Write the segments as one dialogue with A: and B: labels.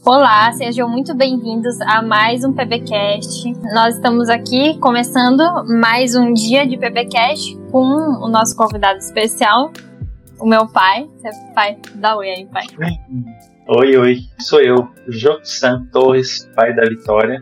A: Olá, sejam muito bem-vindos a mais um PBcast. Nós estamos aqui começando mais um dia de PBcast com o nosso convidado especial, o meu pai. Pai, dá oi aí, pai.
B: Oi, sou eu, Joxan Torres, pai da Vitória.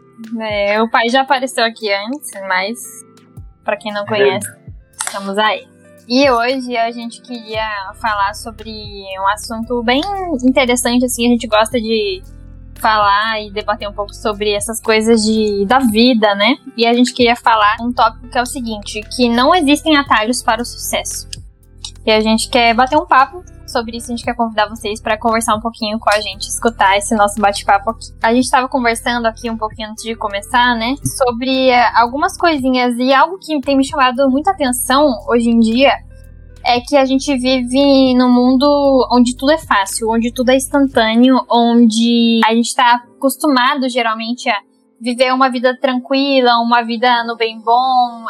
A: O pai já apareceu aqui antes, mas para quem não conhece, estamos aí. E hoje a gente queria falar sobre um assunto bem interessante, assim, a gente gosta de falar e debater um pouco sobre essas coisas da vida, né? E a gente queria falar um tópico que é o seguinte, que não existem atalhos para o sucesso. E a gente quer bater um papo sobre isso, a gente quer convidar vocês para conversar um pouquinho com a gente, escutar esse nosso bate-papo aqui. A gente estava conversando aqui um pouquinho antes de começar, né, sobre algumas coisinhas, e algo que tem me chamado muita atenção hoje em dia é que a gente vive num mundo onde tudo é fácil, onde tudo é instantâneo, onde a gente está acostumado geralmente a viver uma vida tranquila, uma vida no bem bom.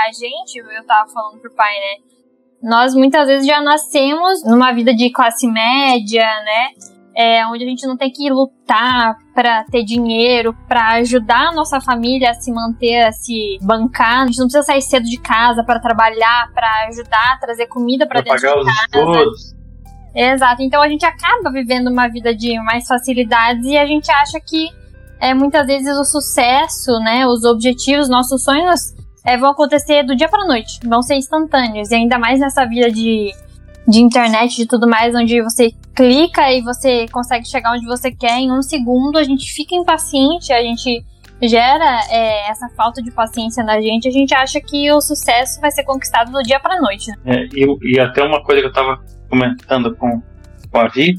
A: Eu tava falando pro pai, né, nós muitas vezes já nascemos numa vida de classe média, né? Onde a gente não tem que lutar para ter dinheiro, para ajudar a nossa família a se manter, a se bancar. A gente não precisa sair cedo de casa para trabalhar, para ajudar a trazer comida para dentro de casa.
B: Pagar os estudos.
A: Exato. Então a gente acaba vivendo uma vida de mais facilidades e a gente acha que muitas vezes o sucesso, né, os objetivos, nossos sonhos vão acontecer do dia pra noite, vão ser instantâneos, e ainda mais nessa vida de internet, de tudo mais, onde você clica e você consegue chegar onde você quer em um segundo. A gente fica impaciente, a gente gera essa falta de paciência na gente, a gente acha que o sucesso vai ser conquistado do dia pra noite, né?
B: E até uma coisa que eu tava comentando com a Vi,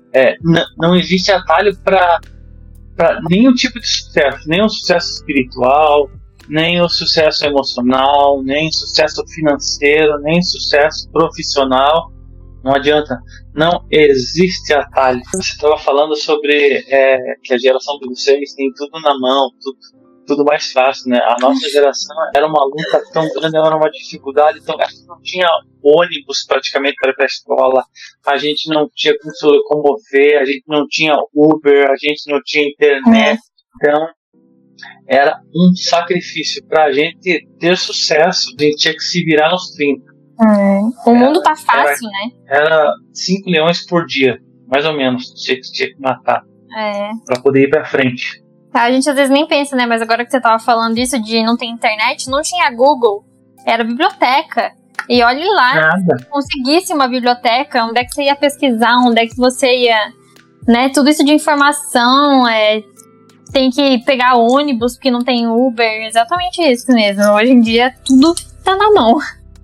B: não existe atalho para nenhum tipo de sucesso, nem o sucesso espiritual, nem o sucesso emocional, nem sucesso financeiro, nem sucesso profissional. Não adianta, não existe atalho. Você estava falando sobre que a geração de vocês tem tudo na mão, tudo mais fácil, né? A nossa geração era uma luta tão grande, era uma dificuldade, então a gente não tinha ônibus praticamente para ir para a escola, a gente não tinha como se locomover, a gente não tinha Uber, a gente não tinha internet, então era um sacrifício pra gente ter sucesso. A gente tinha que se virar nos 30.
A: O mundo tá fácil, né?
B: Era 5 leões por dia, mais ou menos, tinha que matar pra poder ir pra frente.
A: A gente às vezes nem pensa, né? Mas agora que você tava falando isso de não ter internet, não tinha Google, era biblioteca. E olhe lá, se conseguisse uma biblioteca, onde é que você ia pesquisar, onde é que você ia, né? Tudo isso de informação, tem que pegar ônibus porque não tem Uber, exatamente isso mesmo. Hoje em dia tudo tá na mão.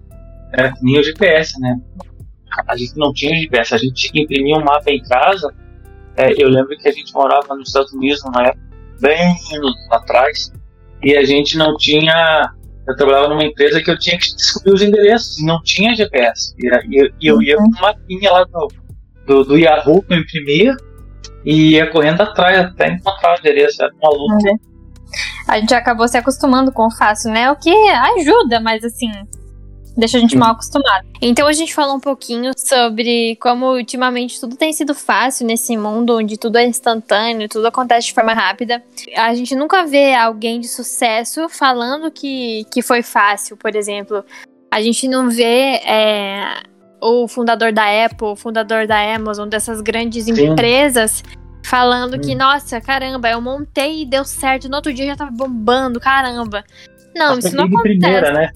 B: Nem o GPS, né? A gente não tinha GPS, a gente tinha que imprimir um mapa em casa. Eu lembro que a gente morava nos Estados Unidos numa época bem atrás, e a gente não tinha. Eu trabalhava numa empresa que eu tinha que descobrir os endereços e não tinha GPS. E eu ia com uma mapinha lá do Yahoo que eu imprimia e ia correndo atrás até encontrar o endereço. Era uma luta.
A: A gente acabou se acostumando com o fácil, né? O que ajuda, mas assim, deixa a gente mal acostumado. Então a gente falou um pouquinho sobre como ultimamente tudo tem sido fácil nesse mundo onde tudo é instantâneo, tudo acontece de forma rápida. A gente nunca vê alguém de sucesso falando que foi fácil, por exemplo. A gente não vê o fundador da Apple, o fundador da Amazon, dessas grandes empresas, falando que, nossa, caramba, eu montei e deu certo, no outro dia já tava bombando, caramba. Não, isso não acontece.
B: Primeira, né?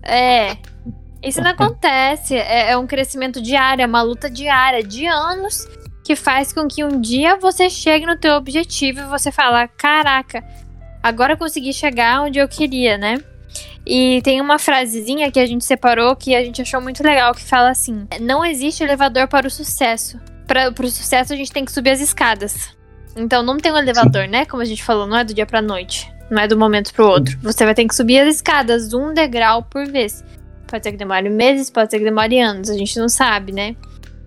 A: Isso não acontece. É um crescimento diário, é uma luta diária, de anos, que faz com que um dia você chegue no teu objetivo e você fala, caraca, agora eu consegui chegar onde eu queria, né? E tem uma frasezinha que a gente separou que a gente achou muito legal, que fala assim: não existe elevador para o sucesso. Para o sucesso a gente tem que subir as escadas. Então não tem um elevador, né? Como a gente falou, não é do dia pra noite. Não é do momento pro outro. Você vai ter que subir as escadas um degrau por vez. Pode ser que demore meses, pode ser que demore anos. A gente não sabe, né?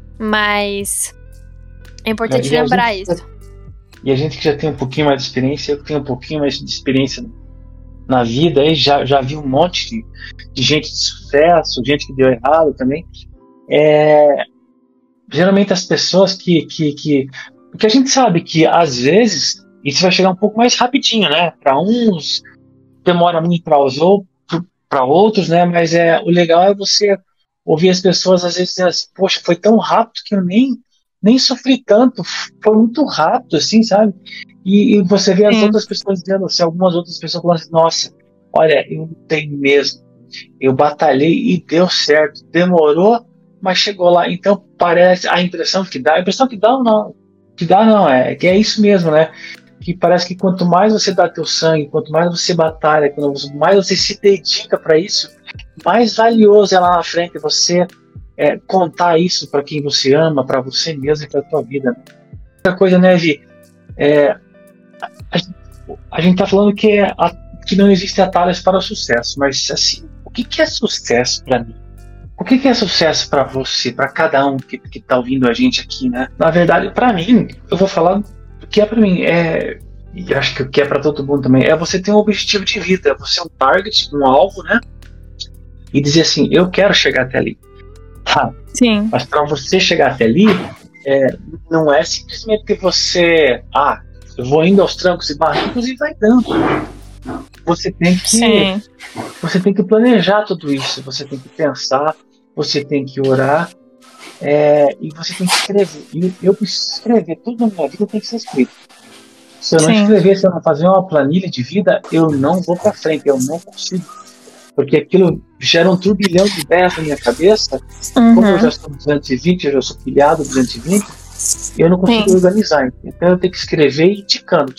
A: Mas é importante lembrar isso.
B: E a gente que já tem um pouquinho mais de experiência, eu que tenho um pouquinho mais de experiência na vida, aí já vi um monte de gente de sucesso, gente que deu errado também. Geralmente as pessoas que Porque a gente sabe que, às vezes, isso vai chegar um pouco mais rapidinho, né? Para uns, demora muito para outros, né? Mas o legal é você ouvir as pessoas, às vezes, dizer assim, poxa, foi tão rápido que eu nem sofri tanto, foi muito rápido, assim, sabe? E você vê as outras pessoas dizendo assim, algumas outras pessoas falando assim, nossa, olha, eu não tenho mesmo, eu batalhei e deu certo, demorou, mas chegou lá. Então parece, a impressão que dá não, que é isso mesmo, né? Que parece que quanto mais você dá teu sangue, quanto mais você batalha, quanto mais você se dedica para isso, mais valioso é lá na frente você contar isso para quem você ama, para você mesmo e para tua vida. Outra coisa, né, Vi? A gente tá falando que não existem atalhos para o sucesso, mas assim, o que é sucesso para mim? O que é sucesso para você, para cada um que tá ouvindo a gente aqui, né? Na verdade, para mim, eu vou falar do que é para mim, e acho que o que é para todo mundo também, é você ter um objetivo de vida, você um target, um alvo, né? E dizer assim, eu quero chegar até ali. Tá.
A: Sim.
B: Mas para você chegar até ali, não é simplesmente que você, eu vou indo aos trancos e barrancos e vai dando. Você tem que planejar tudo isso, você tem que pensar, você tem que orar, e você tem que escrever. E eu preciso escrever, tudo na minha vida tem que ser escrito. Se eu não escrever, se eu não fazer uma planilha de vida, eu não vou para frente, eu não consigo. Porque aquilo gera um turbilhão de ideias na minha cabeça. Como eu já sou 220, eu já sou pilhado 220, eu não consigo organizar. Então eu tenho que escrever e ticando.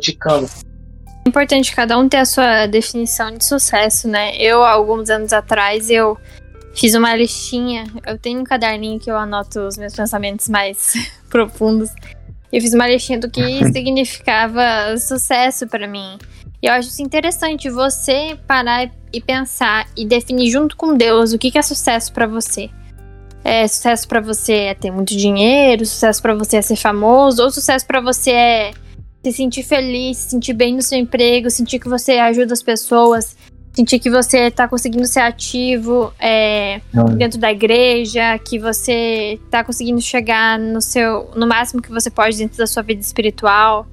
A: É importante cada um ter a sua definição de sucesso, né? Eu, alguns anos atrás, eu fiz uma listinha. Eu tenho um caderninho que eu anoto os meus pensamentos mais profundos. Eu fiz uma listinha do que significava sucesso pra mim. E eu acho isso interessante, você parar e pensar e definir junto com Deus o que é sucesso pra você. Sucesso pra você é ter muito dinheiro, sucesso pra você é ser famoso, ou sucesso pra você é se sentir feliz, se sentir bem no seu emprego, sentir que você ajuda as pessoas, sentir que você tá conseguindo ser ativo dentro da igreja, que você tá conseguindo chegar no máximo que você pode dentro da sua vida espiritual.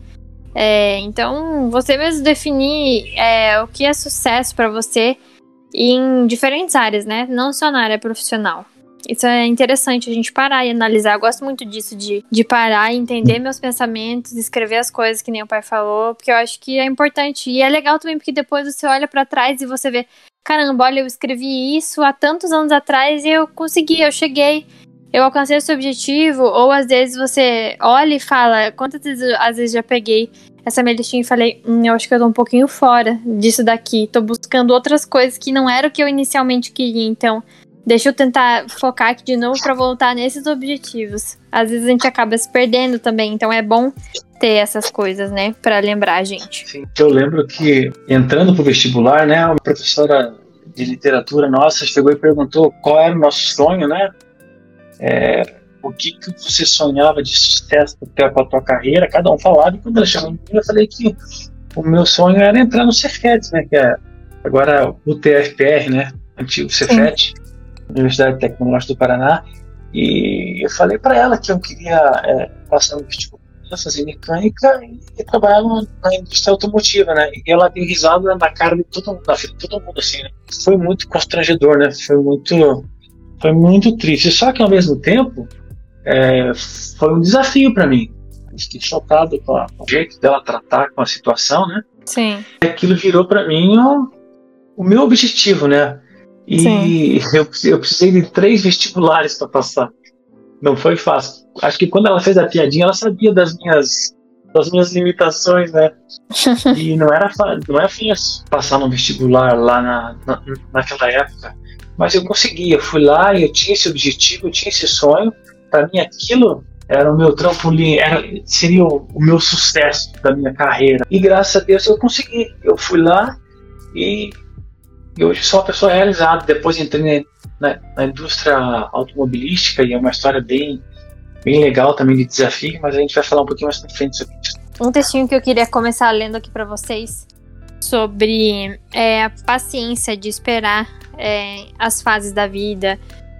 A: Então, você mesmo definir o que é sucesso pra você em diferentes áreas, né? Não só na área profissional. Isso é interessante a gente parar e analisar. Eu gosto muito disso, de parar e entender meus pensamentos, escrever as coisas que nem o pai falou, porque eu acho que é importante. E é legal também porque depois você olha pra trás e você vê, caramba, olha, eu escrevi isso há tantos anos atrás e eu consegui, eu cheguei, eu alcancei esse objetivo. Ou às vezes você olha e fala, quantas vezes às vezes já peguei essa minha listinha e falei, eu acho que eu tô um pouquinho fora disso daqui, tô buscando outras coisas que não era o que eu inicialmente queria, então deixa eu tentar focar aqui de novo pra voltar nesses objetivos. Às vezes a gente acaba se perdendo também, então é bom ter essas coisas, né, pra lembrar a gente.
B: Sim, eu lembro que entrando pro vestibular, né, uma professora de literatura nossa chegou e perguntou qual era o nosso sonho, né, o que você sonhava de sucesso para a tua carreira, cada um falava, e quando ela chamou em mim, eu falei que o meu sonho era entrar no Cefet, né, que é agora o TFPR, né, antigo Cefet, Universidade Tecnológica do Paraná, e eu falei para ela que eu queria passar no vestibular, fazer mecânica e trabalhar na indústria automotiva, né, e ela deu risada na cara de todo mundo, na frente de todo mundo, assim, né, foi muito constrangedor, né, foi muito triste, só que ao mesmo tempo foi um desafio para mim. Fiquei chocado com o jeito dela tratar com a situação, né?
A: Sim.
B: Aquilo virou para mim o meu objetivo, né? E eu precisei de 3 vestibulares para passar. Não foi fácil. Acho que quando ela fez a piadinha, ela sabia das minhas limitações, né? E não era fácil passar no vestibular lá naquela época. Mas eu consegui, eu fui lá e eu tinha esse objetivo, eu tinha esse sonho. Para mim aquilo era o meu trampolim, seria o meu sucesso da minha carreira. E graças a Deus eu consegui. Eu fui lá e hoje sou uma pessoa realizada. Depois entrei na indústria automobilística e é uma história bem legal também de desafio, mas a gente vai falar um pouquinho mais pra frente sobre isso.
A: Um textinho que eu queria começar lendo aqui para vocês sobre a paciência de esperar as fases da vida,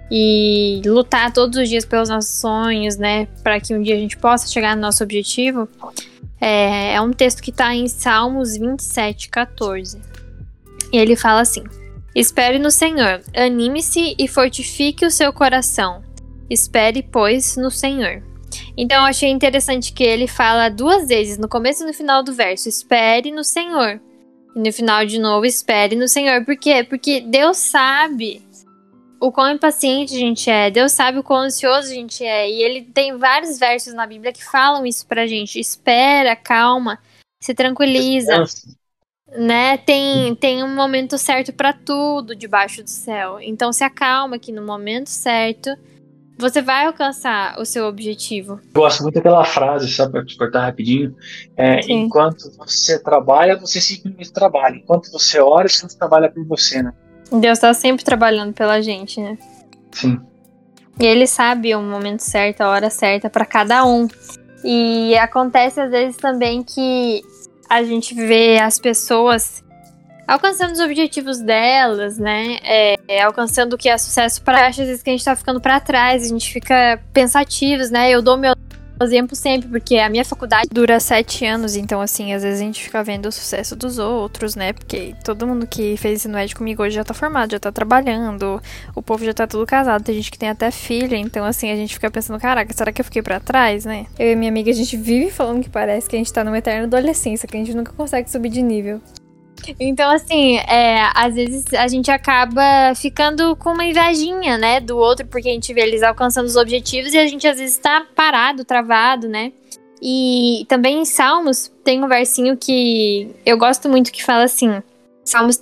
A: e lutar todos os dias pelos nossos sonhos, né, para que um dia a gente possa chegar no nosso objetivo, é um texto que está em Salmos 27:14. E ele fala assim: espere no Senhor, anime-se e fortifique o seu coração. Espere, pois, no Senhor. Então eu achei interessante que ele fala 2 vezes, no começo e no final do verso: espere no Senhor. E no final de novo, espere no Senhor. Por quê? Porque Deus sabe o quão impaciente a gente é, Deus sabe o quão ansioso a gente é, e ele tem vários versos na Bíblia que falam isso pra gente: espera, calma, se tranquiliza, né? Tem um momento certo pra tudo debaixo do céu, então se acalma que no momento certo você vai alcançar o seu objetivo.
B: Gosto muito daquela frase, só para te cortar rapidinho, enquanto você trabalha, você simplesmente trabalha, enquanto você ora, você trabalha por você, né?
A: Deus tá sempre trabalhando pela gente, né?
B: Sim.
A: E ele sabe o momento certo, a hora certa pra cada um. E acontece às vezes também que a gente vê as pessoas alcançando os objetivos delas, né? Alcançando o que é sucesso pra às vezes que a gente tá ficando pra trás, a gente fica pensativos, né? Eu dou meu exemplo sempre, porque a minha faculdade dura 7 anos, então assim, às vezes a gente fica vendo o sucesso dos outros, né? Porque todo mundo que fez ensino médio comigo hoje já tá formado, já tá trabalhando, o povo já tá tudo casado, tem gente que tem até filha, então assim, a gente fica pensando, caraca, será que eu fiquei pra trás, né? Eu e minha amiga, a gente vive falando que parece que a gente tá numa eterna adolescência, que a gente nunca consegue subir de nível. Então, assim, às vezes a gente acaba ficando com uma invejinha, né, do outro, porque a gente vê eles alcançando os objetivos e a gente às vezes tá parado, travado, né? E também em Salmos tem um versinho que eu gosto muito que fala assim, Salmos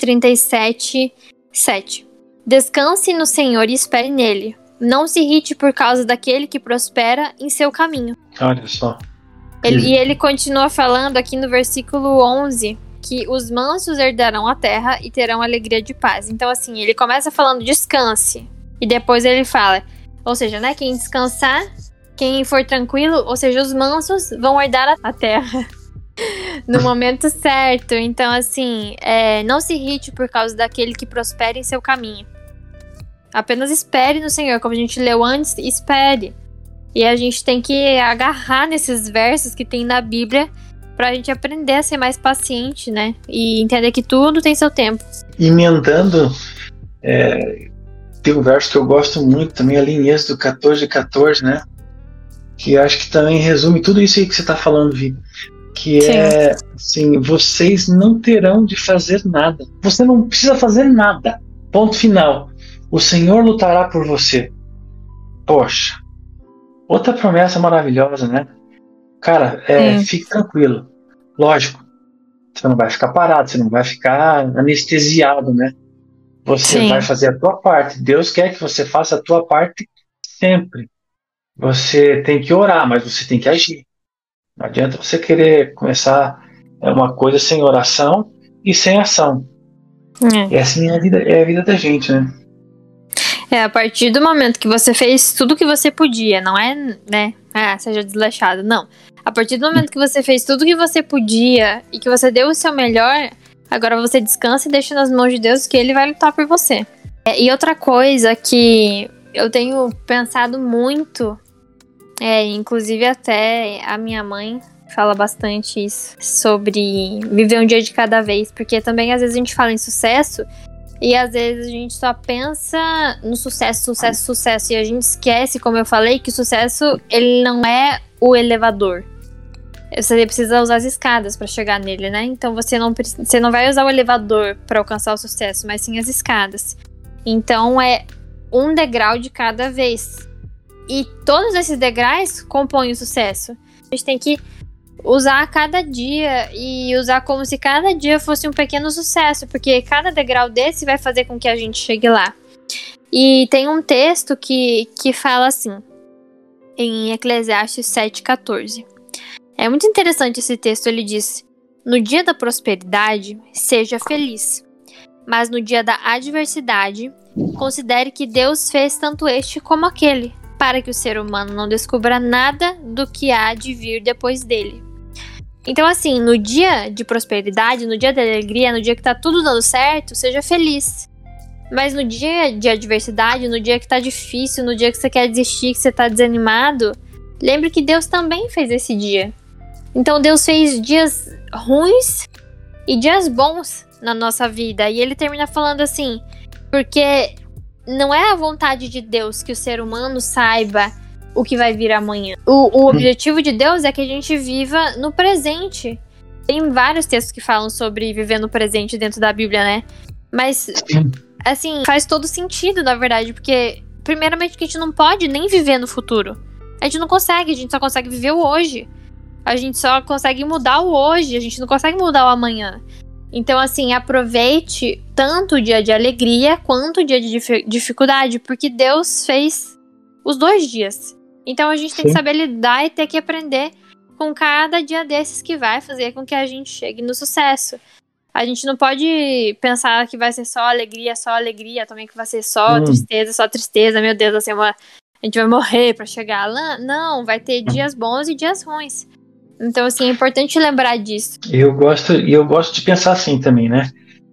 A: 37:7. Descanse no Senhor e espere nele. Não se irrite por causa daquele que prospera em seu caminho.
B: Olha só.
A: E ele continua falando aqui no versículo 11... que os mansos herdarão a terra e terão alegria de paz. Então, assim, ele começa falando descanse. E depois ele fala, ou seja, né, quem descansar, quem for tranquilo, ou seja, os mansos vão herdar a terra no momento certo. Então, assim, não se irrite por causa daquele que prospera em seu caminho. Apenas espere no Senhor, como a gente leu antes, espere. E a gente tem que agarrar nesses versos que tem na Bíblia pra gente aprender a ser mais paciente, né? E entender que tudo tem seu tempo.
B: Emendando, tem um verso que eu gosto muito também, ali em Êxodo 14:14, né? Que acho que também resume tudo isso aí que você tá falando, Vi. Que é, assim, vocês não terão de fazer nada. Você não precisa fazer nada. Ponto final. O Senhor lutará por você. Poxa, outra promessa maravilhosa, né? Cara, fique tranquilo. Lógico, você não vai ficar parado, você não vai ficar anestesiado, né? Você vai fazer a tua parte. Deus quer que você faça a tua parte sempre. Você tem que orar, mas você tem que agir. Não adianta você querer começar uma coisa sem oração e sem ação. E assim é a vida da gente, né?
A: A partir do momento que você fez tudo que você podia, não é, né? Seja desleixado, não. A partir do momento que você fez tudo que você podia e que você deu o seu melhor, agora você descansa e deixa nas mãos de Deus que Ele vai lutar por você. E outra coisa que eu tenho pensado muito, inclusive até a minha mãe fala bastante isso, sobre viver um dia de cada vez, porque também às vezes a gente fala em sucesso e às vezes a gente só pensa no sucesso, e a gente esquece, como eu falei, que o sucesso, ele não é o elevador. Você precisa usar as escadas para chegar nele, né? Então você não vai usar o elevador para alcançar o sucesso, mas sim as escadas. Então é um degrau de cada vez. E todos esses degraus compõem o sucesso. A gente tem que usar cada dia e usar como se cada dia fosse um pequeno sucesso, porque cada degrau desse vai fazer com que a gente chegue lá. E tem um texto que fala assim, em Eclesiastes 7:14. É muito interessante esse texto, ele diz: no dia da prosperidade, seja feliz, mas no dia da adversidade, considere que Deus fez tanto este como aquele, para que o ser humano não descubra nada do que há de vir depois dele. Então, assim, no dia de prosperidade, no dia da alegria, no dia que tá tudo dando certo, seja feliz. Mas no dia de adversidade, no dia que tá difícil, no dia que você quer desistir, que você tá desanimado, lembre que Deus também fez esse dia. Então Deus fez dias ruins e dias bons na nossa vida. E ele termina falando assim, porque não é a vontade de Deus que o ser humano saiba o que vai vir amanhã. O objetivo de Deus é que a gente viva no presente. Tem vários textos que falam sobre viver no presente dentro da Bíblia, né? Mas, assim, faz todo sentido, na verdade, porque, primeiramente, que a gente não pode nem viver no futuro. A gente não consegue, a gente só consegue viver o hoje. A gente só consegue mudar o hoje, a gente não consegue mudar o amanhã. Então, assim, aproveite tanto o dia de alegria quanto o dia de dificuldade, porque Deus fez os 2 dias. Então, a gente tem que saber lidar e ter que aprender com cada dia desses que vai fazer com que a gente chegue no sucesso. A gente não pode pensar que vai ser só alegria, também que vai ser só tristeza, meu Deus, assim, a gente vai morrer pra chegar lá. Não, vai ter dias bons e dias ruins. Então, assim, é importante lembrar disso.
C: Eu gosto de pensar assim também, né?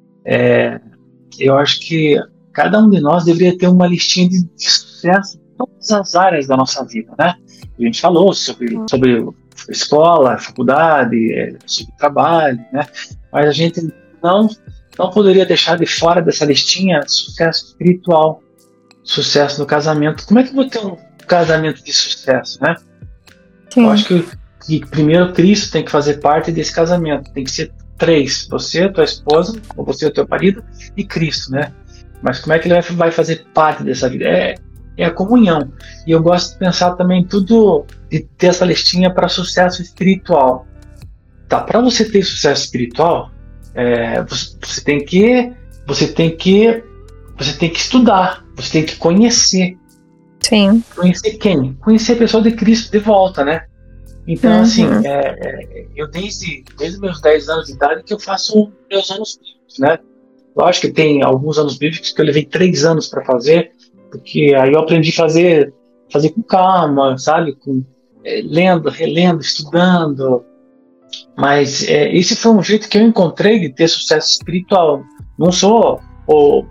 C: Eu acho que cada um de nós deveria ter uma listinha de sucesso em todas as áreas da nossa vida, né? A gente falou sobre escola, faculdade, sobre trabalho, né? Mas a gente não poderia deixar de fora dessa listinha sucesso espiritual, sucesso no casamento. Como é que eu vou ter um casamento de sucesso, né?
A: Sim.
C: Eu acho que primeiro Cristo tem que fazer parte desse casamento. Tem que ser 3, você, tua esposa, ou você, o teu marido, e Cristo, né? Mas como é que ele vai fazer parte dessa vida? É a comunhão. E eu gosto de pensar também tudo, de ter essa listinha para sucesso espiritual. Tá, para você ter sucesso espiritual, você tem que estudar, você tem que conhecer.
A: Sim.
C: Conhecer quem? Conhecer a pessoa de Cristo de volta, né? Então, assim, eu desde meus 10 anos de idade que eu faço meus anos bíblicos, né? Lógico que tem alguns anos bíblicos que eu levei 3 anos para fazer, porque aí eu aprendi a fazer com calma, sabe? Lendo, relendo, estudando. Mas esse foi um jeito que eu encontrei de ter sucesso espiritual. Não sou o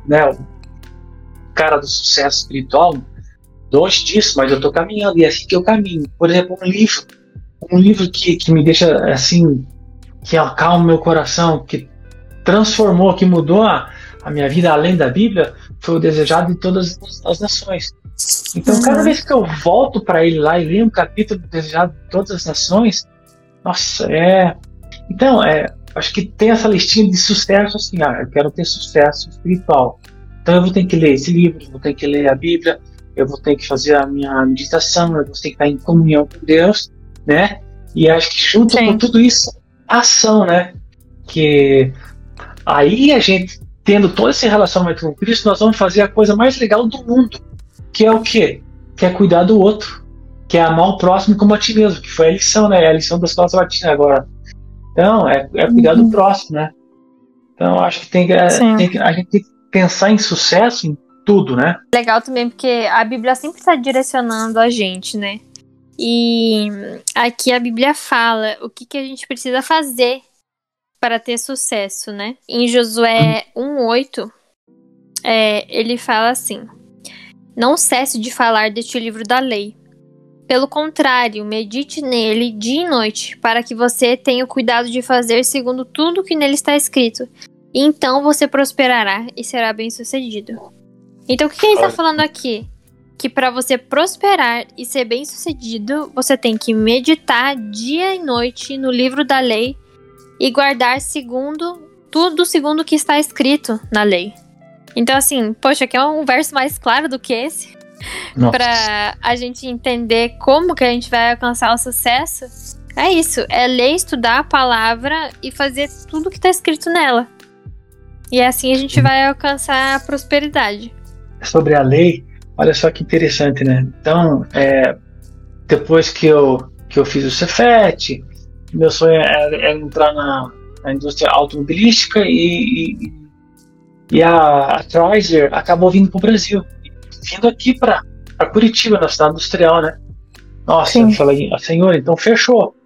C: cara do sucesso espiritual, longe disso, mas eu estou caminhando, e é assim que eu caminho. Por exemplo, um livro que me deixa assim, que acalma meu coração, que transformou, que mudou a minha vida além da Bíblia, foi o Desejado de Todas as Nações. Então, cada vez que eu volto para ele lá e leio um capítulo do Desejado de Todas as Nações, nossa, Então, acho que tem essa listinha de sucesso, assim, eu quero ter sucesso espiritual. Então, eu vou ter que ler esse livro, eu vou ter que ler a Bíblia, eu vou ter que fazer a minha meditação, eu vou ter que estar em comunhão com Deus, né? E acho que junto com tudo isso, ação, né? Que aí a gente, tendo todo esse relacionamento com Cristo, nós vamos fazer a coisa mais legal do mundo, que é o quê? Que é cuidar do outro, que é amar o próximo como a ti mesmo, que foi a lição, né? A lição da Escola Sabatina agora. Então, é cuidar do próximo, né? Então, acho que a gente tem que pensar em sucesso em tudo, né?
A: Legal também, porque a Bíblia sempre está direcionando a gente, né? E aqui a Bíblia fala o que a gente precisa fazer para ter sucesso, né? Em Josué 1:8, ele fala assim: não cesse de falar deste livro da lei. Pelo contrário, medite nele dia e noite, para que você tenha o cuidado de fazer segundo tudo que nele está escrito. E então você prosperará e será bem-sucedido. Então, o que ele está falando aqui? Que para você prosperar e ser bem-sucedido, você tem que meditar dia e noite no livro da lei e guardar tudo segundo o que está escrito na lei. Então, assim, poxa, quer um verso mais claro do que esse? Para a gente entender como que a gente vai alcançar o sucesso. É isso, é ler, estudar a palavra e fazer tudo que está escrito nela. E assim a gente vai alcançar a prosperidade.
C: Sobre a lei, olha só que interessante, né? Então, depois que eu fiz o Cefet, meu sonho era entrar na indústria automobilística e a Chrysler acabou vindo para o Brasil, vindo aqui para Curitiba, na cidade industrial, né? Nossa, sim. Eu falei, Senhor, então fechou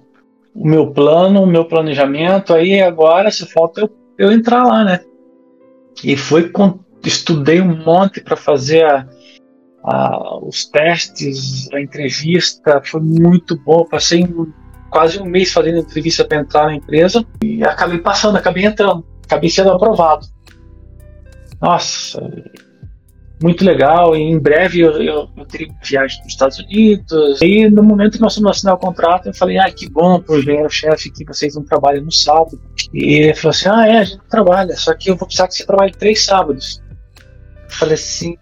C: o meu plano, o meu planejamento, aí agora só falta eu entrar lá, né? E estudei um monte para fazer os testes, a entrevista, foi muito bom. Passei quase um mês fazendo entrevista para entrar na empresa e acabei passando, acabei entrando, acabei sendo aprovado. Nossa, muito legal. E em breve eu teria uma viagem para os Estados Unidos. E no momento que nós fomos assinar o contrato, eu falei, que bom pro engenheiro-chefe que vocês não trabalham no sábado. E ele falou assim, a gente não trabalha, só que eu vou precisar que você trabalhe 3 sábados. Eu falei assim,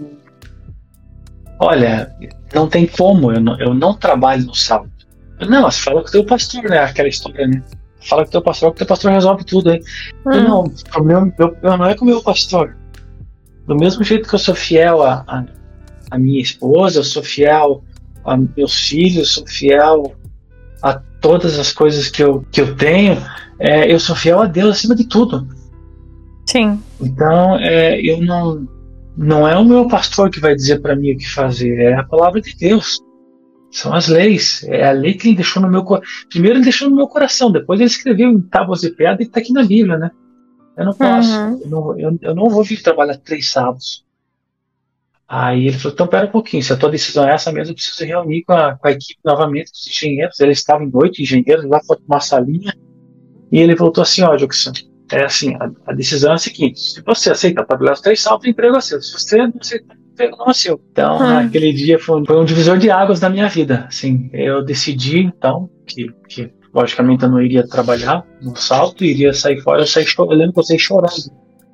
C: olha, não tem como, eu não trabalho no sábado. Não, você fala com o teu pastor, né? Aquela história, né? Fala com o teu pastor, que o teu pastor resolve tudo aí. Não, eu não é com o meu pastor. Do mesmo jeito que eu sou fiel a minha esposa, eu sou fiel a meus filhos, eu sou fiel a todas as coisas que eu tenho, eu sou fiel a Deus acima de tudo.
A: Sim.
C: Então, eu não é o meu pastor que vai dizer para mim o que fazer, é a palavra de Deus. São as leis, é a lei que ele deixou no meu coração. Primeiro ele deixou no meu coração, depois ele escreveu em tábuas de pedra e está aqui na Bíblia, né? Eu não posso, eu não vou vir trabalhar 3 sábados. Aí ele falou, então pera um pouquinho, se a tua decisão é essa mesmo, eu preciso reunir com a equipe novamente, com os engenheiros. Eles estavam em 8 engenheiros lá para uma salinha, e ele voltou assim, Jackson, a decisão é a seguinte, se você aceita trabalhar os 3 sábados, o emprego é seu. Se você não aceitar, o emprego não é seu. Então, naquele dia foi um divisor de águas na minha vida. Assim, eu decidi, então, que logicamente eu não iria trabalhar no salto, iria sair fora. Eu lembro que eu saí chorando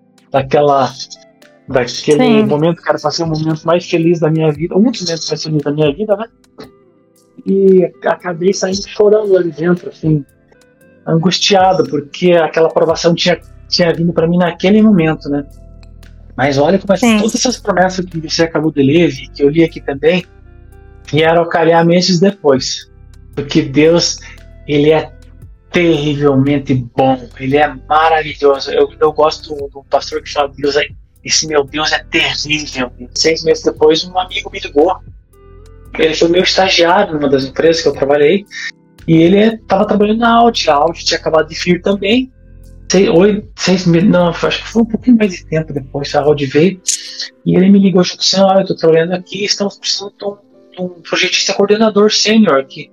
C: daquele momento que era para ser o momento mais feliz da minha vida, um dos momentos mais felizes da minha vida, né? E acabei saindo chorando ali dentro, assim, angustiado, porque aquela aprovação tinha vindo para mim naquele momento, né? Mas olha como todas essas promessas que você acabou de ler, que eu li aqui também, vieram calhar meses depois. Porque Deus, Ele é terrivelmente bom, Ele é maravilhoso. Eu gosto do pastor que fala, esse meu Deus é terrível. 6 meses depois, um amigo me ligou. Ele foi meu estagiário numa das empresas que eu trabalhei, e ele estava trabalhando na Audi. A Audi tinha acabado de vir também. 6 meses, não, acho que foi um pouquinho mais de tempo depois. A Audi veio e ele me ligou e falou assim: eu estou trabalhando aqui, estamos precisando de um projetista coordenador sênior aqui.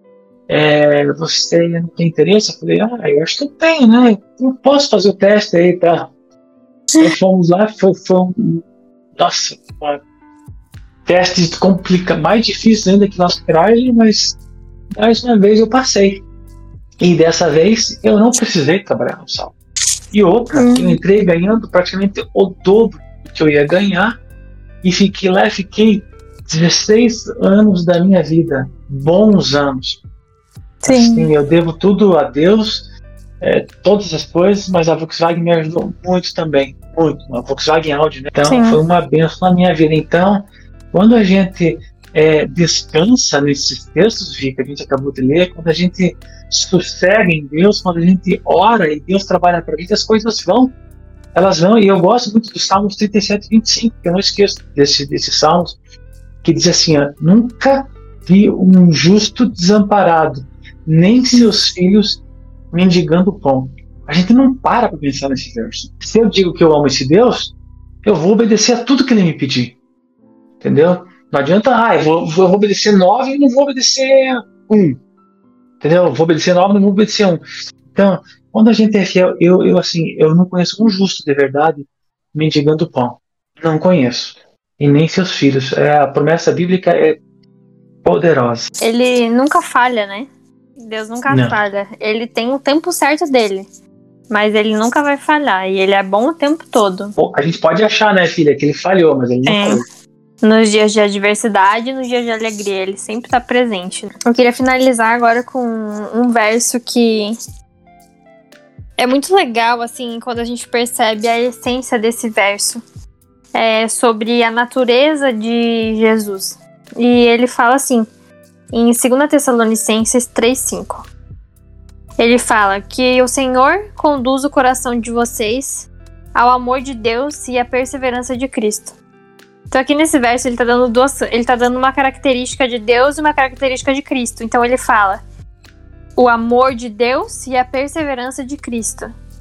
C: Você não tem interesse? Eu falei, eu acho que eu tenho, né? Eu posso fazer o teste aí, tá? Aí fomos lá, foi nossa, testes mais difíceis ainda que nosso traje, mas mais uma vez eu passei. E dessa vez eu não precisei trabalhar no salto. E outra, eu entrei ganhando praticamente o dobro do que eu ia ganhar, e fiquei 16 anos da minha vida, bons anos.
A: Sim.
C: Assim, eu devo tudo a Deus, todas as coisas, mas a Volkswagen me ajudou muito também, muito. A Volkswagen Audi, né? Então foi uma bênção na minha vida. Então, quando a gente descansa nesses textos, que a gente acabou de ler, quando a gente sossega em Deus, quando a gente ora e Deus trabalha para a gente, as coisas elas vão. E eu gosto muito dos Salmos 37 e 25, que eu não esqueço desses Salmos, que diz assim: nunca vi um justo desamparado, nem seus filhos mendigando pão. A gente não para pensar nesse verso. Se eu digo que eu amo esse Deus, eu vou obedecer a tudo que ele me pedir. Entendeu? Não adianta, eu vou obedecer 9 e não vou obedecer 1. Entendeu? Eu vou obedecer 9 e não vou obedecer 1. Então, quando a gente é fiel, eu não conheço um justo de verdade mendigando pão. Não conheço. E nem seus filhos. A promessa bíblica é poderosa.
A: Ele nunca falha, né? Deus nunca falha. Ele tem o tempo certo dele. Mas ele nunca vai falhar. E ele é bom o tempo todo.
C: A gente pode achar, né, filha, que ele falhou, mas ele não falhou.
A: Nos dias de adversidade e nos dias de alegria, ele sempre está presente. Eu queria finalizar agora com um verso que é muito legal, assim, quando a gente percebe a essência desse verso. É sobre a natureza de Jesus. E ele fala assim, em 2 Tessalonicenses 3:5. Ele fala que o Senhor conduz o coração de vocês ao amor de Deus e à perseverança de Cristo. Então aqui nesse verso ele tá dando uma característica de Deus e uma característica de Cristo. Então ele fala o amor de Deus e a perseverança de Cristo.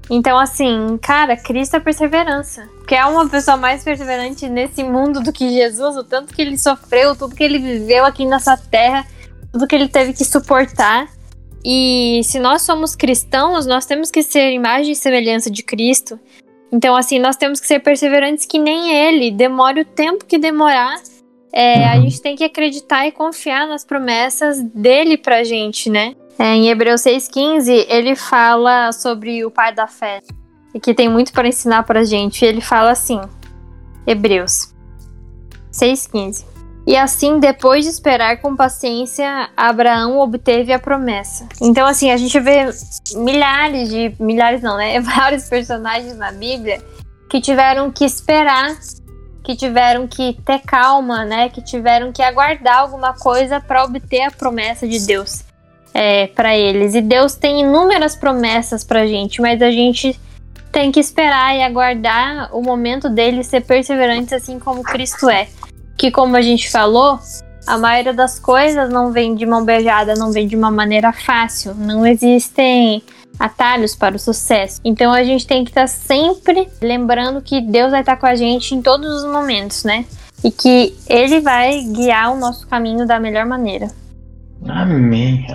A: Então, assim, cara, Cristo é perseverança. Porque é uma pessoa mais perseverante nesse mundo do que Jesus, o tanto que ele sofreu, tudo que ele viveu aqui nessa terra, tudo que ele teve que suportar. E se nós somos cristãos, nós temos que ser imagem e semelhança de Cristo. Então, assim, nós temos que ser perseverantes que nem ele. Demore o tempo que demorar. A gente tem que acreditar e confiar nas promessas dele pra gente, né? Em Hebreus 6,15, ele fala sobre o pai da fé. E que tem muito para ensinar pra gente. Ele fala assim, Hebreus 6,15. E assim, depois de esperar com paciência, Abraão obteve a promessa. Então, assim, a gente vê vários personagens na Bíblia que tiveram que esperar, que tiveram que ter calma, né? Que tiveram que aguardar alguma coisa para obter a promessa de Deus para eles. E Deus tem inúmeras promessas pra gente, mas a gente tem que esperar e aguardar o momento dele, ser perseverante assim como Cristo é. Que, como a gente falou, a maioria das coisas não vem de mão beijada, não vem de uma maneira fácil. Não existem atalhos para o sucesso. Então a gente tem que estar sempre lembrando que Deus vai estar com a gente em todos os momentos, né? E que Ele vai guiar o nosso caminho da melhor maneira.
C: Amém.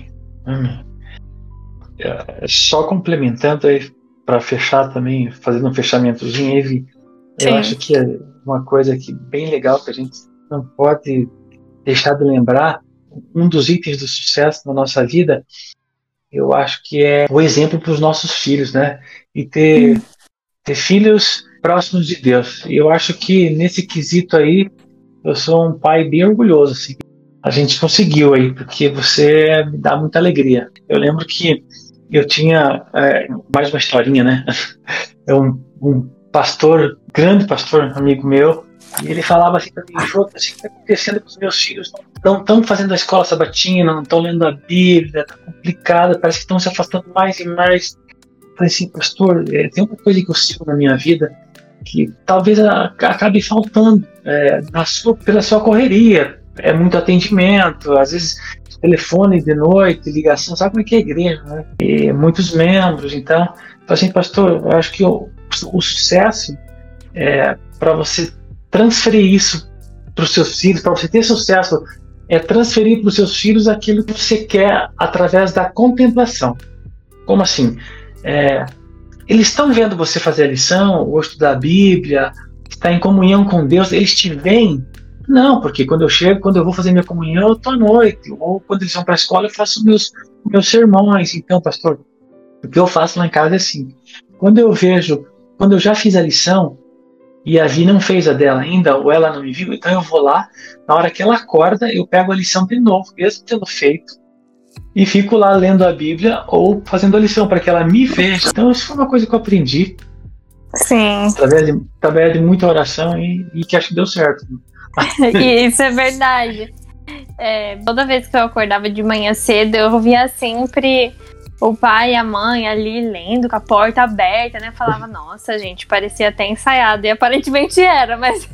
C: Só complementando aí, para fechar também, fazendo um fechamentozinho, Evi, eu acho que é uma coisa que bem legal que a gente não pode deixar de lembrar, um dos itens do sucesso na nossa vida, eu acho que é o exemplo para os nossos filhos, né? E ter filhos próximos de Deus. E eu acho que nesse quesito aí, eu sou um pai bem orgulhoso, assim. A gente conseguiu aí, porque você me dá muita alegria. Eu lembro que eu tinha mais uma historinha, né? É um pastor, grande pastor, amigo meu, e ele falava assim para mim, Jô, o que está acontecendo com os meus filhos? Não estão fazendo a escola sabatina, não estão lendo a Bíblia, está complicado, parece que estão se afastando mais e mais. Eu falei assim, pastor, tem uma coisa que eu sigo na minha vida que talvez acabe faltando pela sua correria. É muito atendimento, às vezes telefone de noite, ligação, sabe como é que é a igreja, né? E muitos membros, então assim, pastor, eu acho que o sucesso para você transferir isso para os seus filhos, para você ter sucesso, é transferir para os seus filhos aquilo que você quer através da contemplação. Como assim? Eles estão vendo você fazer a lição, ou estudar a Bíblia, estar em comunhão com Deus, eles te veem? Não, porque quando eu vou fazer minha comunhão, eu estou à noite, ou quando eles vão para a escola, eu faço meus sermões. Então, pastor, o que eu faço lá em casa é assim, quando eu já fiz a lição, e a Vi não fez a dela ainda, ou ela não me viu, então eu vou lá, na hora que ela acorda, eu pego a lição de novo, mesmo tendo feito, e fico lá lendo a Bíblia ou fazendo a lição, para que ela me veja. Então isso foi uma coisa que eu aprendi.
A: Sim.
C: Através de muita oração e que acho que deu certo.
A: E isso é verdade. Toda vez que eu acordava de manhã cedo, eu via sempre o pai e a mãe ali lendo com a porta aberta, né? Falava, nossa, gente, parecia até ensaiado. E aparentemente era, mas...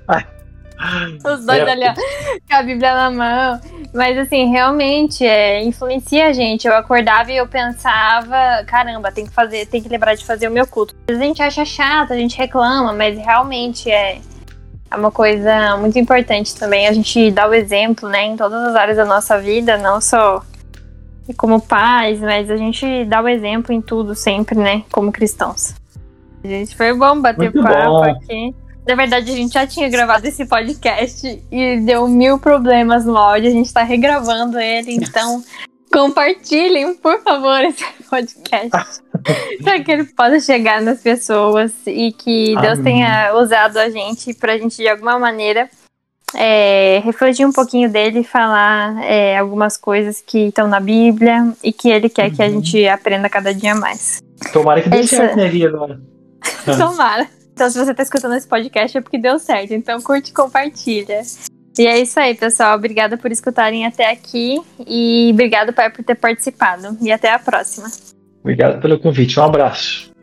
A: Os dois ali, ó, com a Bíblia na mão. Mas assim, realmente influencia a gente. Eu acordava e eu pensava, caramba, tem que lembrar de fazer o meu culto. Às vezes a gente acha chato, a gente reclama, mas realmente é uma coisa muito importante também. A gente dá o exemplo, né, em todas as áreas da nossa vida, não só como pais, mas a gente dá o exemplo em tudo sempre, né, como cristãos. Gente, foi bom bater papo aqui. Na verdade, a gente já tinha gravado esse podcast e deu 1000 problemas no áudio. A gente tá regravando ele, então compartilhem, por favor, esse podcast para que ele possa chegar nas pessoas e que Deus tenha usado a gente pra gente, de alguma maneira, refletir um pouquinho dele e falar algumas coisas que estão na Bíblia e que ele quer que a gente aprenda cada dia mais.
C: Tomara que dê certo, né, Lia, agora?
A: Tomara. Então, se você tá escutando esse podcast, é porque deu certo. Então, curte e compartilha. E é isso aí, pessoal. Obrigada por escutarem até aqui. E obrigado, pai, por ter participado. E até a próxima.
C: Obrigado pelo convite. Um abraço.